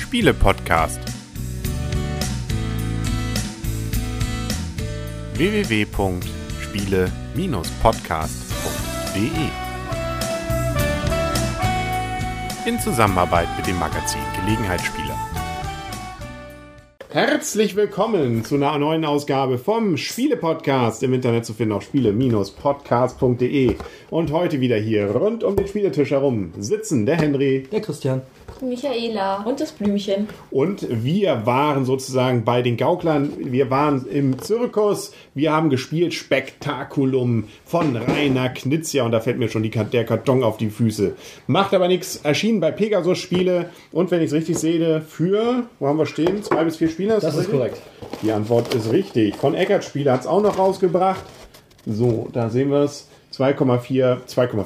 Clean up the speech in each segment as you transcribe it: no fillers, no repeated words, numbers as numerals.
Spiele-Podcast. www.spiele-podcast.de in Zusammenarbeit mit dem Magazin Gelegenheitsspieler. Herzlich willkommen zu einer neuen Ausgabe vom Spiele-Podcast, im Internet zu finden auf spiele-podcast.de. Und heute wieder hier rund um den Spieletisch herum sitzen der Henry, der Christian, Michaela und das Blümchen. Und wir waren sozusagen bei den Gauklern, wir waren im Zirkus, wir haben gespielt Spektakulum von Rainer Knizia und da fällt mir schon der Karton auf die Füße. Macht aber nichts, erschienen bei Pegasus Spiele und wenn ich es richtig sehe, für, wo haben wir stehen, 2 bis 4 Spieler? Das ist korrekt. Die Antwort ist richtig. Von Eckert Spiele hat es auch noch rausgebracht. So, da sehen wir es. 2 bis 4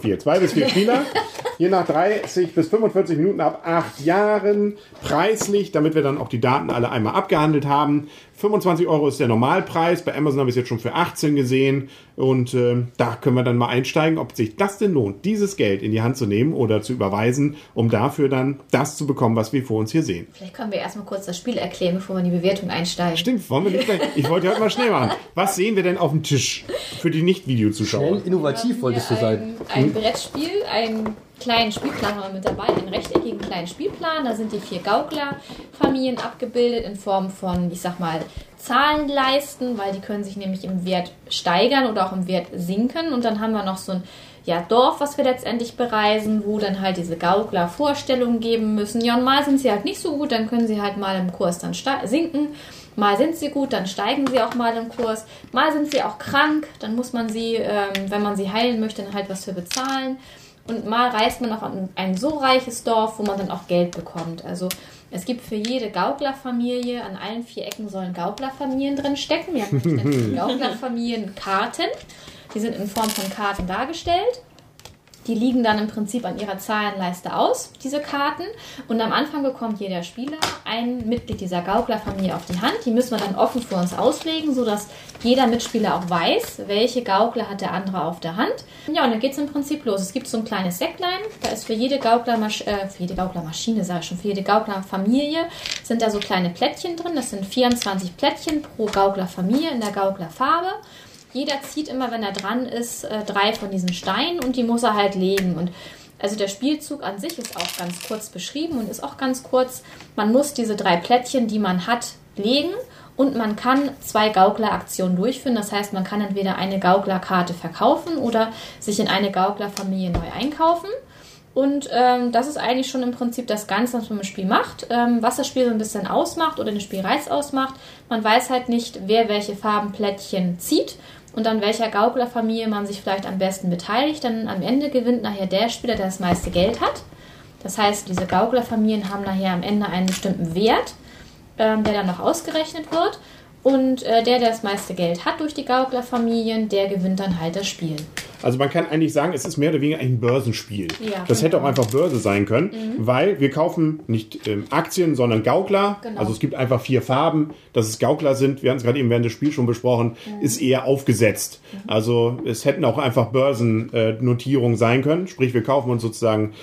Spieler. Je nach 30 bis 45 Minuten ab 8 Jahren. Preislich, damit wir dann auch die Daten alle einmal abgehandelt haben. 25 € ist der Normalpreis. Bei Amazon habe ich es jetzt schon für 18 gesehen. Und da können wir dann mal einsteigen, ob sich das denn lohnt, dieses Geld in die Hand zu nehmen oder zu überweisen, um dafür dann das zu bekommen, was wir vor uns hier sehen. Vielleicht können wir erstmal kurz das Spiel erklären, bevor wir in die Bewertung einsteigen. Stimmt, wollen wir nicht gleich? Ich wollte heute mal schnell machen. Was sehen wir denn auf dem Tisch für die Nicht-Video-Zuschauer? Schnell, innovativ wolltest du sein. Ein Brettspiel, einen kleinen Spielplan haben wir mit dabei, einen rechteckigen kleinen Spielplan. Da sind die 4 Gauklerfamilien abgebildet in Form von, ich sag mal, Zahlenleisten, weil die können sich nämlich im Wert steigern oder auch im Wert sinken. Und dann haben wir noch so ein Dorf, was wir letztendlich bereisen, wo dann halt diese Gaukler Vorstellungen geben müssen. Ja, und mal sind sie halt nicht so gut, dann können sie halt mal im Kurs dann sinken. Mal sind sie gut, dann steigen sie auch mal im Kurs. Mal sind sie auch krank, dann muss man sie, wenn man sie heilen möchte, dann halt was für bezahlen. Und mal reist man auch an ein so reiches Dorf, wo man dann auch Geld bekommt. Also es gibt für jede Gauklerfamilie, an allen 4 Ecken sollen Gauklerfamilien drin stecken. Wir haben nämlich dann die Gauklerfamilienkarten. Die sind in Form von Karten dargestellt. Die liegen dann im Prinzip an ihrer Zahlenleiste aus, diese Karten. Und am Anfang bekommt jeder Spieler ein Mitglied dieser Gauklerfamilie auf die Hand. Die müssen wir dann offen für uns auslegen, sodass jeder Mitspieler auch weiß, welche Gaukler hat der andere auf der Hand. Ja, und dann geht es im Prinzip los. Es gibt so ein kleines Säcklein. Da ist für jede Gauklermaschine, sage ich schon, für jede Gauklerfamilie sind da so kleine Plättchen drin. Das sind 24 Plättchen pro Gauklerfamilie in der Gauklerfarbe. Jeder zieht immer, wenn er dran ist, 3 von diesen Steinen und die muss er halt legen. Und also der Spielzug an sich ist auch ganz kurz beschrieben und ist auch ganz kurz. Man muss diese 3 Plättchen, die man hat, legen und man kann 2 Gaukleraktionen durchführen. Das heißt, man kann entweder eine Gauklerkarte verkaufen oder sich in eine Gauklerfamilie neu einkaufen. Und das ist eigentlich schon im Prinzip das Ganze, was man im Spiel macht. Was das Spiel so ein bisschen ausmacht oder den Spielreiz ausmacht. Man weiß halt nicht, wer welche Farbenplättchen zieht und an welcher Gauklerfamilie man sich vielleicht am besten beteiligt. Dann am Ende gewinnt nachher der Spieler, der das meiste Geld hat. Das heißt, diese Gauklerfamilien haben nachher am Ende einen bestimmten Wert, der dann noch ausgerechnet wird. Und der das meiste Geld hat durch die Gauklerfamilien, der gewinnt dann halt das Spiel. Also man kann eigentlich sagen, es ist mehr oder weniger ein Börsenspiel. Ja, das hätte auch einfach Börse sein können, weil wir kaufen nicht Aktien, sondern Gaukler. Genau. Also es gibt einfach 4 Farben. Dass es Gaukler sind, wir haben es gerade eben während des Spiels schon besprochen, ist eher aufgesetzt. Also es hätten auch einfach Börsennotierungen sein können. Sprich, wir kaufen uns sozusagen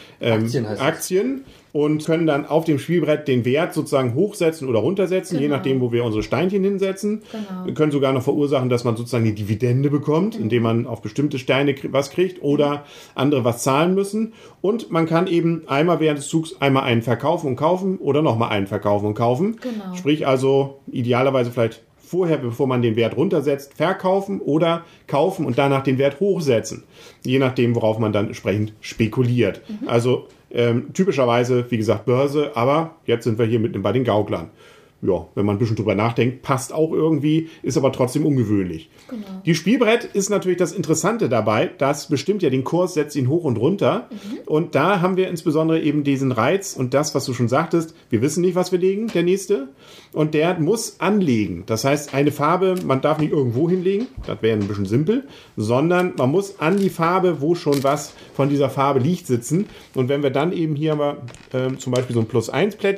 Aktien und können dann auf dem Spielbrett den Wert sozusagen hochsetzen oder runtersetzen, je nachdem, wo wir unsere Steinchen hinsetzen. Genau. Wir können sogar noch verursachen, dass man sozusagen die Dividende bekommt, indem man auf bestimmte Steine was kriegt oder andere was zahlen müssen. Und man kann eben einmal während des Zugs einmal einen verkaufen und kaufen oder nochmal einen verkaufen und kaufen. Genau. Sprich also idealerweise vielleicht vorher, bevor man den Wert runtersetzt, verkaufen oder kaufen und danach den Wert hochsetzen. Je nachdem, worauf man dann entsprechend spekuliert. Also typischerweise, wie gesagt, Börse, aber jetzt sind wir hier mitten bei den Gauklern. Ja, wenn man ein bisschen drüber nachdenkt, passt auch irgendwie, ist aber trotzdem ungewöhnlich. Genau. Die Spielbrett ist natürlich das Interessante dabei, das bestimmt ja den Kurs, setzt ihn hoch und runter. Und da haben wir insbesondere eben diesen Reiz und das, was du schon sagtest, wir wissen nicht, was wir legen, der Nächste. Und der muss anlegen. Das heißt, eine Farbe, man darf nicht irgendwo hinlegen, das wäre ein bisschen simpel, sondern man muss an die Farbe, wo schon was von dieser Farbe liegt, sitzen. Und wenn wir dann eben hier mal zum Beispiel so ein +1-Plättchen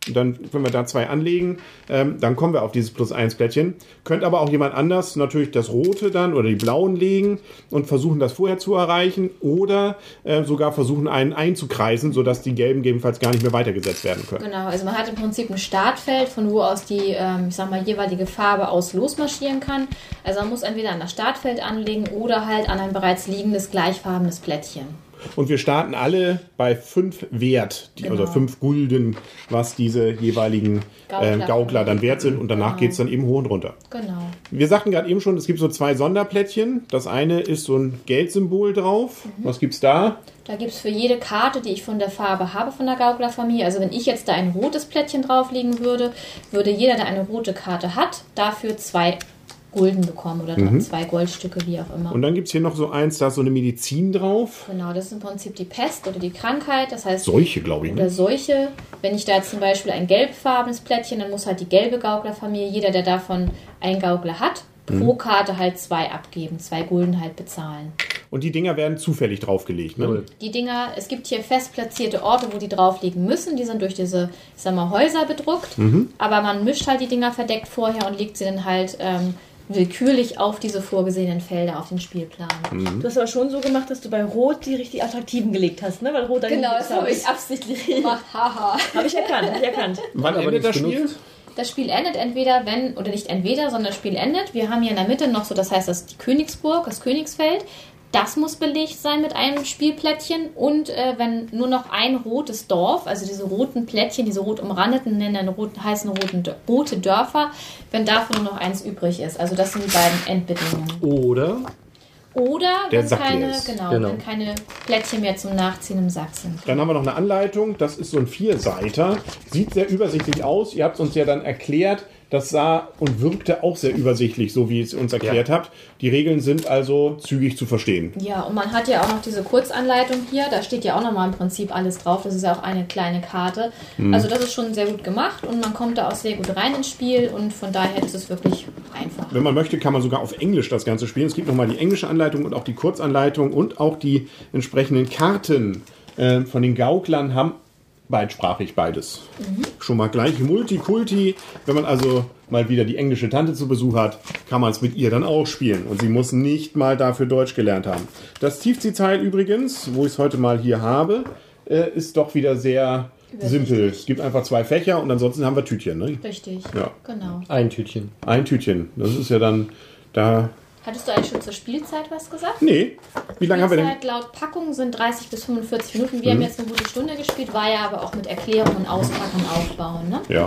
Dann können wir da 2 anlegen. Dann kommen wir auf dieses +1-Plättchen. Könnt aber auch jemand anders natürlich das rote dann oder die blauen legen und versuchen, das vorher zu erreichen. Oder sogar versuchen, einen einzukreisen, sodass die gelben gegebenenfalls gar nicht mehr weitergesetzt werden können. Genau, also man hat im Prinzip ein Startfeld, von wo aus die, jeweilige Farbe aus losmarschieren kann. Also man muss entweder an das Startfeld anlegen oder halt an ein bereits liegendes, gleichfarbenes Plättchen. Und wir starten alle bei 5 Wert, also 5 Gulden, was diese jeweiligen Gaukler dann wert sind. Und danach geht es dann eben hoch und runter. Genau. Wir sagten gerade eben schon, es gibt so 2 Sonderplättchen. Das eine ist so ein Geldsymbol drauf. Was gibt's da? Da gibt es für jede Karte, die ich von der Farbe habe, von der Gauklerfamilie, also wenn ich jetzt da ein rotes Plättchen drauflegen würde, würde jeder, der eine rote Karte hat, dafür 2 Gulden bekommen oder 2 Goldstücke, wie auch immer. Und dann gibt es hier noch so eins, da ist so eine Medizin drauf. Genau, das ist im Prinzip die Pest oder die Krankheit. Das heißt, Seuche, glaube ich. Oder Seuche. Wenn ich da jetzt zum Beispiel ein gelbfarbenes Plättchen, dann muss halt die gelbe Gauklerfamilie, jeder, der davon einen Gaukler hat, pro Karte halt 2 abgeben, 2 Gulden halt bezahlen. Und die Dinger werden zufällig draufgelegt, ne? Die Dinger, es gibt hier fest platzierte Orte, wo die drauflegen müssen. Die sind durch diese, Häuser bedruckt. Aber man mischt halt die Dinger verdeckt vorher und legt sie dann halt willkürlich auf diese vorgesehenen Felder auf den Spielplan. Du hast aber schon so gemacht, dass du bei Rot die richtig attraktiven gelegt hast, ne? Weil Rot dann Genau, das habe ich absichtlich gemacht. Haha. Habe ich erkannt. Wann endet das Spiel? Das Spiel endet entweder, sondern das Spiel endet. Wir haben hier in der Mitte noch so, das heißt, das ist die Königsburg, das Königsfeld. Das muss belegt sein mit einem Spielplättchen und wenn nur noch ein rotes Dorf, also diese roten Plättchen, diese rot umrandeten, heißen rote Dörfer, wenn davon nur noch eins übrig ist. Also das sind die beiden Endbedingungen. Oder der wenn keine Plättchen mehr zum Nachziehen im Sack sind. Dann haben wir noch eine Anleitung, das ist so ein 4-Seiter, sieht sehr übersichtlich aus. Ihr habt es uns ja dann erklärt, das sah und wirkte auch sehr übersichtlich, so wie ihr es uns erklärt habt. Die Regeln sind also zügig zu verstehen. Ja, und man hat ja auch noch diese Kurzanleitung hier, da steht ja auch nochmal im Prinzip alles drauf. Das ist ja auch eine kleine Karte. Also das ist schon sehr gut gemacht und man kommt da auch sehr gut rein ins Spiel und von daher ist es wirklich einfach. Wenn man möchte, kann man sogar auf Englisch das Ganze spielen. Es gibt nochmal die englische Anleitung und auch die Kurzanleitung und auch die entsprechenden Karten von den Gauklern haben beidsprachig beides. Schon mal gleich Multikulti. Wenn man also mal wieder die englische Tante zu Besuch hat, kann man es mit ihr dann auch spielen. Und sie muss nicht mal dafür Deutsch gelernt haben. Das Tiefziehteil übrigens, wo ich es heute mal hier habe, ist doch wieder sehr simpel. Es gibt einfach 2 Fächer und ansonsten haben wir Tütchen. Ne? Richtig, ja. Genau. Ein Tütchen. Ein Tütchen. Das ist ja dann da... Hattest du eigentlich schon zur Spielzeit was gesagt? Nee. Wie lange haben wir denn? Spielzeit laut Packung sind 30 bis 45 Minuten. Wir haben jetzt eine gute Stunde gespielt, war ja aber auch mit Erklärungen, Auspacken, Aufbauen. Ne? Ja,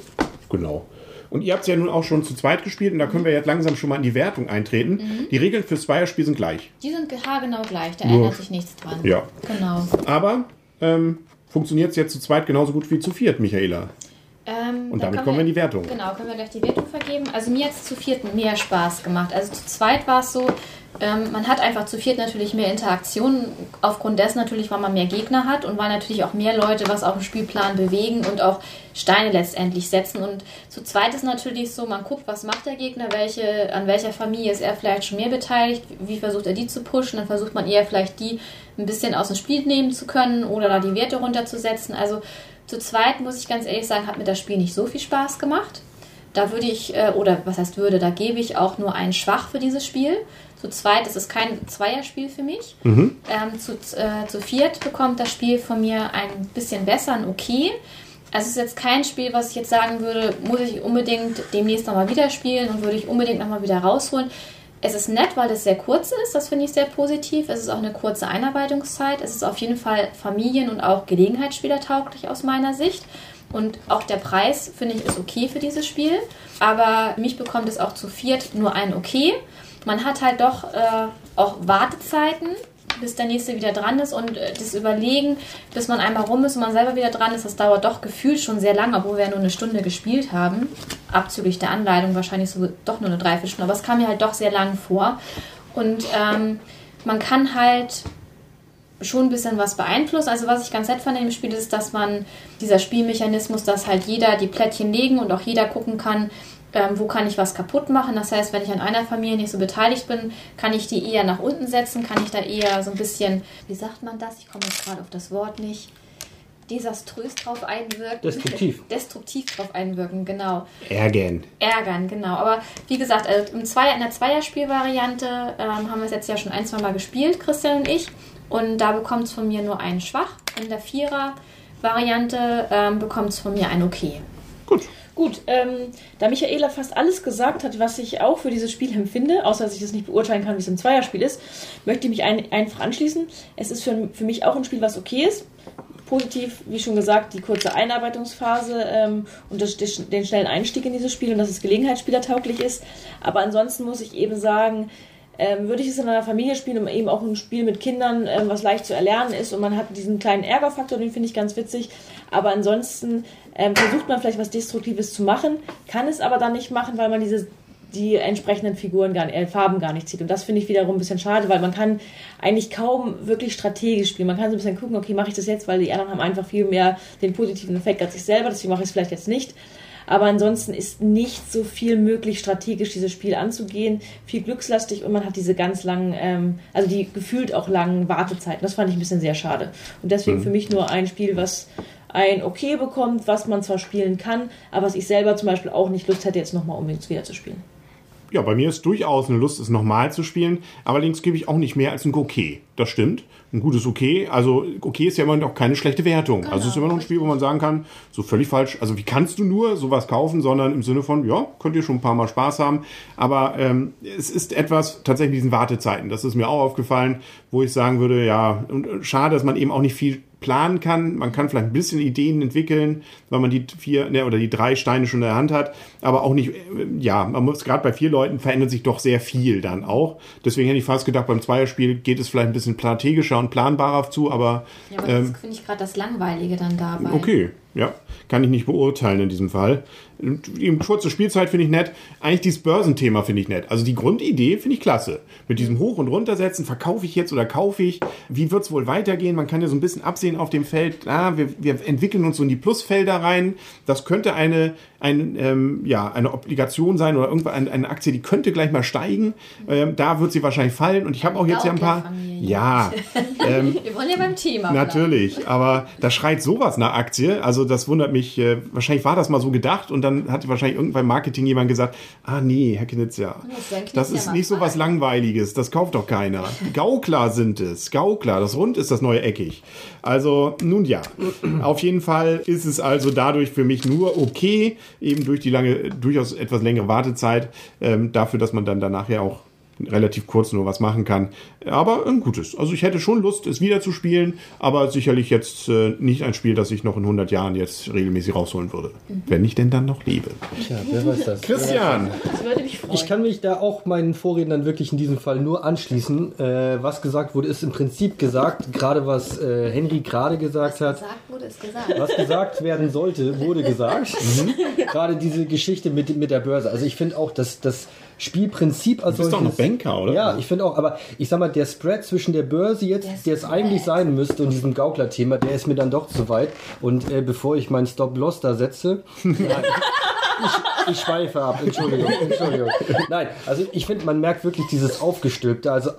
genau. Und ihr habt es ja nun auch schon zu zweit gespielt und da können wir jetzt langsam schon mal in die Wertung eintreten. Die Regeln fürs Zweierspiel sind gleich. Die sind haargenau gleich, da ändert sich nichts dran. Ja. Genau. Aber funktioniert es jetzt zu zweit genauso gut wie zu viert, Michaela? Und damit kommen wir in die Wertung. Genau, können wir gleich die Wertung vergeben. Also mir hat es zu viert mehr Spaß gemacht. Also zu zweit war es so, man hat einfach zu viert natürlich mehr Interaktion, aufgrund dessen natürlich, weil man mehr Gegner hat und weil natürlich auch mehr Leute was auf dem Spielplan bewegen und auch Steine letztendlich setzen. Und zu zweit ist natürlich so, man guckt, was macht der Gegner, an welcher Familie ist er vielleicht schon mehr beteiligt, wie versucht er die zu pushen, dann versucht man eher vielleicht die ein bisschen aus dem Spiel nehmen zu können oder da die Werte runterzusetzen. Also zu zweit, muss ich ganz ehrlich sagen, hat mir das Spiel nicht so viel Spaß gemacht. Da würde ich, da gebe ich auch nur einen Schwach für dieses Spiel. Zu zweit ist es kein Zweierspiel für mich. Zu viert bekommt das Spiel von mir ein bisschen besser, ein Okay. Also es ist jetzt kein Spiel, was ich jetzt sagen würde, muss ich unbedingt demnächst nochmal wieder spielen und würde ich unbedingt nochmal wieder rausholen. Es ist nett, weil es sehr kurz ist, das finde ich sehr positiv. Es ist auch eine kurze Einarbeitungszeit. Es ist auf jeden Fall familien- und auch gelegenheitsspielertauglich aus meiner Sicht. Und auch der Preis, finde ich, ist okay für dieses Spiel. Aber mich bekommt es auch zu viert nur ein Okay. Man hat halt doch auch Wartezeiten, bis der Nächste wieder dran ist. Und das Überlegen, bis man einmal rum ist und man selber wieder dran ist, das dauert doch gefühlt schon sehr lange, obwohl wir ja nur eine Stunde gespielt haben. Abzüglich der Anleitung wahrscheinlich so doch nur eine Dreiviertelstunde. Aber es kam mir halt doch sehr lang vor. Und man kann halt schon ein bisschen was beeinflussen. Also was ich ganz nett fand in dem Spiel ist, dass man dieser Spielmechanismus, dass halt jeder die Plättchen legen und auch jeder gucken kann, wo kann ich was kaputt machen. Das heißt, wenn ich an einer Familie nicht so beteiligt bin, kann ich die eher nach unten setzen, kann ich da eher so ein bisschen, wie sagt man das? Ich komme jetzt gerade auf das Wort nicht. desaströs drauf einwirken. Destruktiv drauf einwirken, genau. Ärgern, genau. Aber wie gesagt, also in der Zweierspielvariante haben wir es jetzt ja schon 1-2 Mal gespielt, Christian und ich. Und da bekommt es von mir nur einen Schwach. In der Vierer-Variante bekommt es von mir ein Okay. Gut, da Michaela fast alles gesagt hat, was ich auch für dieses Spiel empfinde, außer dass ich das nicht beurteilen kann, wie es ein Zweierspiel ist, möchte ich mich einfach anschließen. Es ist für mich auch ein Spiel, was okay ist. Positiv, wie schon gesagt, die kurze Einarbeitungsphase und den schnellen Einstieg in dieses Spiel und dass es gelegenheitsspielertauglich ist. Aber ansonsten muss ich eben sagen, würde ich es in einer Familie spielen, um eben auch ein Spiel mit Kindern, was leicht zu erlernen ist und man hat diesen kleinen Ärgerfaktor, den finde ich ganz witzig. Aber ansonsten versucht man vielleicht was Destruktives zu machen, kann es aber dann nicht machen, weil man die entsprechenden Farben gar nicht zieht. Und das finde ich wiederum ein bisschen schade, weil man kann eigentlich kaum wirklich strategisch spielen. Man kann so ein bisschen gucken, okay, mache ich das jetzt, weil die anderen haben einfach viel mehr den positiven Effekt als ich selber, deswegen mache ich es vielleicht jetzt nicht. Aber ansonsten ist nicht so viel möglich, strategisch dieses Spiel anzugehen. Viel glückslastig und man hat diese ganz langen, also die gefühlt auch langen Wartezeiten. Das fand ich ein bisschen sehr schade. Und deswegen für mich nur ein Spiel, was ein Okay bekommt, was man zwar spielen kann, aber was ich selber zum Beispiel auch nicht Lust hätte, jetzt nochmal unbedingt wieder zu spielen. Ja, bei mir ist durchaus eine Lust, es nochmal zu spielen. Allerdings gebe ich auch nicht mehr als ein Okay. Das stimmt. Ein gutes Okay. Also Okay ist ja immer noch keine schlechte Wertung. Genau. Also es ist immer noch ein Spiel, wo man sagen kann, so völlig falsch. Also wie kannst du nur sowas kaufen, sondern im Sinne von, ja, könnt ihr schon ein paar Mal Spaß haben. Aber es ist etwas, tatsächlich diesen Wartezeiten. Das ist mir auch aufgefallen, wo ich sagen würde, ja, und schade, dass man eben auch nicht viel planen kann. Man kann vielleicht ein bisschen Ideen entwickeln, weil man die 4 oder die 3 Steine schon in der Hand hat, aber auch nicht, ja, man muss gerade bei 4 Leuten verändert sich doch sehr viel dann auch. Deswegen hätte ich fast gedacht, beim Zweierspiel geht es vielleicht ein bisschen strategischer und planbarer zu, aber ja, aber das finde ich gerade das Langweilige dann dabei. Okay, ja, kann ich nicht beurteilen in diesem Fall. Die kurze Spielzeit finde ich nett. Eigentlich dieses Börsenthema finde ich nett. Also die Grundidee finde ich klasse. Mit diesem Hoch- und Runtersetzen, verkaufe ich jetzt oder kaufe ich? Wie wird es wohl weitergehen? Man kann ja so ein bisschen absehen auf dem Feld. Wir entwickeln uns so in die Plusfelder rein. Das könnte eine Obligation sein oder irgendwann eine Aktie, die könnte gleich mal steigen. Da wird sie wahrscheinlich fallen. Und ich habe auch jetzt ja ein paar... Ja. Wir wollen ja beim Thema natürlich, bleiben. Aber da schreit sowas nach Aktie. Also das wundert mich. Wahrscheinlich war das mal so gedacht und dann hat wahrscheinlich irgendwann Marketing jemand gesagt, nee, Herr Knizia, das ist nicht so was Langweiliges, das kauft doch keiner. Gaukler sind es, Gaukler, das Rund ist das neue Eckig. Also, nun ja, auf jeden Fall ist es also dadurch für mich nur okay, eben durch die durchaus etwas längere Wartezeit, dafür, dass man dann danach ja auch relativ kurz nur was machen kann. Aber ein gutes. Also ich hätte schon Lust, es wieder zu spielen, aber sicherlich jetzt nicht ein Spiel, das ich noch in 100 Jahren jetzt regelmäßig rausholen würde. Wenn ich denn dann noch lebe. Tja, wer weiß das. Christian! Das würde mich freuen. Ich kann mich da auch meinen Vorrednern wirklich in diesem Fall nur anschließen. Was gesagt wurde, ist im Prinzip gesagt. Gerade was Henry gerade gesagt hat. Was gesagt wurde, ist gesagt. Was gesagt werden sollte, wurde gesagt. Gerade diese Geschichte mit der Börse. Also ich finde auch, dass das Spielprinzip als solches... Du bist doch noch Banker, oder? Ja, ich finde auch, aber ich sag mal, der Spread zwischen der Börse jetzt, der es eigentlich sein müsste und diesem Gaukler-Thema, der ist mir dann doch zu weit. Und bevor ich meinen Stop-Loss da setze... Ich schweife ab, Entschuldigung. Nein, also ich finde, man merkt wirklich dieses Aufgestülpte. Also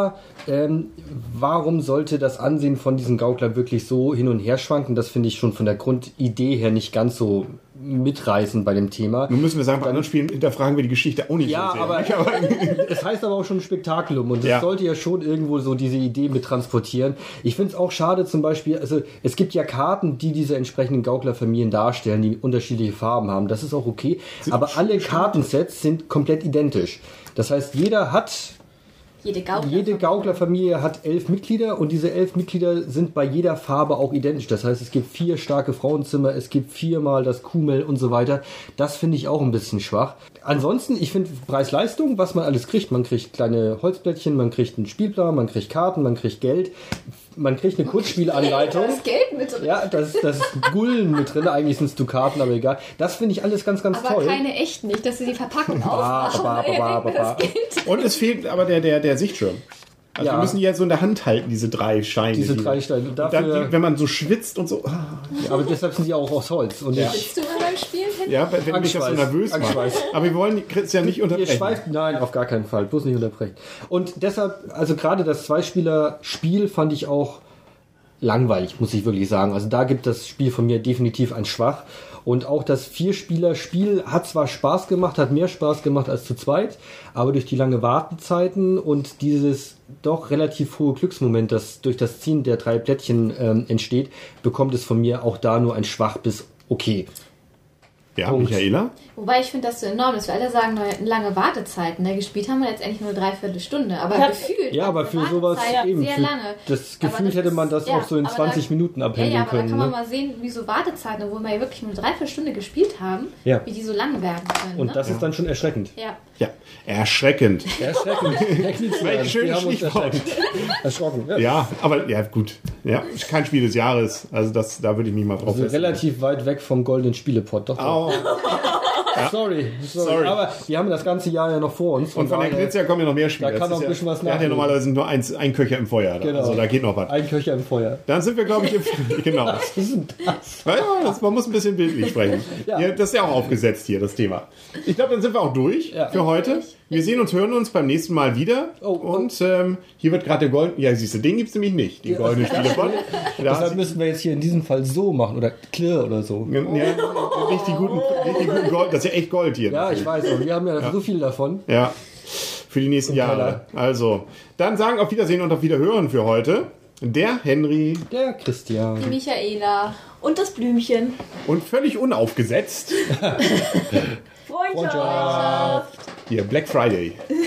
warum sollte das Ansehen von diesen Gauklern wirklich so hin und her schwanken? Das finde ich schon von der Grundidee her nicht ganz so mitreißend bei dem Thema. Nun müssen wir sagen, bei anderen Spielen hinterfragen wir die Geschichte auch nicht so sehr. Aber es heißt aber auch schon Spektakulum und das sollte ja schon irgendwo so diese Idee mit transportieren. Ich finde es auch schade zum Beispiel, also es gibt ja Karten, die diese entsprechenden Gauklerfamilien darstellen, die unterschiedliche Farben haben. Das ist auch okay, aber alle Kartensets sind komplett identisch. Das heißt, jede Gauklerfamilie hat 11 Mitglieder und diese 11 Mitglieder sind bei jeder Farbe auch identisch. Das heißt, es gibt 4 starke Frauenzimmer, es gibt 4-mal das Kuhmel und so weiter. Das finde ich auch ein bisschen schwach. Ansonsten, ich finde Preis-Leistung, was man alles kriegt. Man kriegt kleine Holzblättchen, man kriegt einen Spielplan, man kriegt Karten, man kriegt Geld. Man kriegt eine Kurzspielanleitung. Da ist Geld mit drin. Ja, da ist Gulden mit drin. Eigentlich sind es Dukaten, aber egal. Das finde ich alles ganz, ganz toll. Aber keine echten, nicht, dass sie die Verpackung aufmachen. Und es fehlt aber der Sichtschirm. Also wir müssen die ja so in der Hand halten, diese 3 Steine. Diese 3 Steine. Dafür, wenn man so schwitzt und so. Ja, aber deshalb sind die auch aus Holz. Und Schwitzt du beim Spielen? Ja, wenn mich das so nervös macht. Aber wir wollen Christian nicht unterbrechen. Nein, auf gar keinen Fall. Bloß nicht unterbrechen. Und deshalb, also gerade das Zweispieler-Spiel fand ich auch langweilig, muss ich wirklich sagen. Also da gibt das Spiel von mir definitiv ein Schwach. Und auch das 4-Spieler-Spiel hat zwar Spaß gemacht, hat mehr Spaß gemacht als zu zweit, aber durch die lange Wartezeiten und dieses doch relativ hohe Glücksmoment, das durch das Ziehen der 3 Plättchen entsteht, bekommt es von mir auch da nur ein Schwach bis okay. Ja, Punkt. Michaela? Wobei ich finde das so enorm, dass wir alle sagen, lange Wartezeiten. Gespielt haben wir letztendlich nur 3/4 Stunde, aber gefühlt. Ja, aber für sowas eben. Sehr lange. Das gefühlt hätte man das auch so in 20 Minuten abhändeln ja, aber können. da kann man Ne? mal sehen, wie so Wartezeiten, obwohl wir ja wirklich nur 3/4 Stunde gespielt haben, Ja. wie die so lang werden können. Und ne? das ist dann schon erschreckend. Ja. Ja, erschreckend. Erschreckend. Welch schönes Stichwort. Erschrocken. Ja. Ja, aber ja, gut. Ja, ist kein Spiel des Jahres. Also da würde ich mich mal drauf Also festlegen. relativ weit weg vom goldenen Spielepot. Doch. Au. Sorry. Sorry. Aber wir haben das ganze Jahr ja noch vor uns. Und von der Knizia kommen ja noch mehr Spiele. Da kann Das noch ist ein bisschen was Der hat ja nachlegen. normalerweise nur ein Köcher im Feuer. Genau. Also da geht noch was. Ein Köcher im Feuer. Dann sind wir, glaube ich, genau. Was ist denn das? Man muss ein bisschen bildlich sprechen. Ja. Ja, das ist ja auch aufgesetzt hier, das Thema. Ich glaube, dann sind wir auch durch Ja. für heute. Wir sehen uns, hören uns beim nächsten Mal wieder. Oh, und hier wird gerade der goldene... Ja, siehst du, den gibt es nämlich nicht. Die goldene Spielepot. Deshalb müssen wir jetzt hier in diesem Fall so machen oder klirr oder so. Ja, richtig guten Gold. Das ist ja echt Gold hier. Ja, ich weiß. Aber wir haben ja so viel davon. Ja, für die nächsten Jahre. Also, dann sagen auf Wiedersehen und auf Wiederhören für heute der Henry Der Christian. Die Michaela. Und das Blümchen. und völlig unaufgesetzt Freundschaft. hier Black Friday.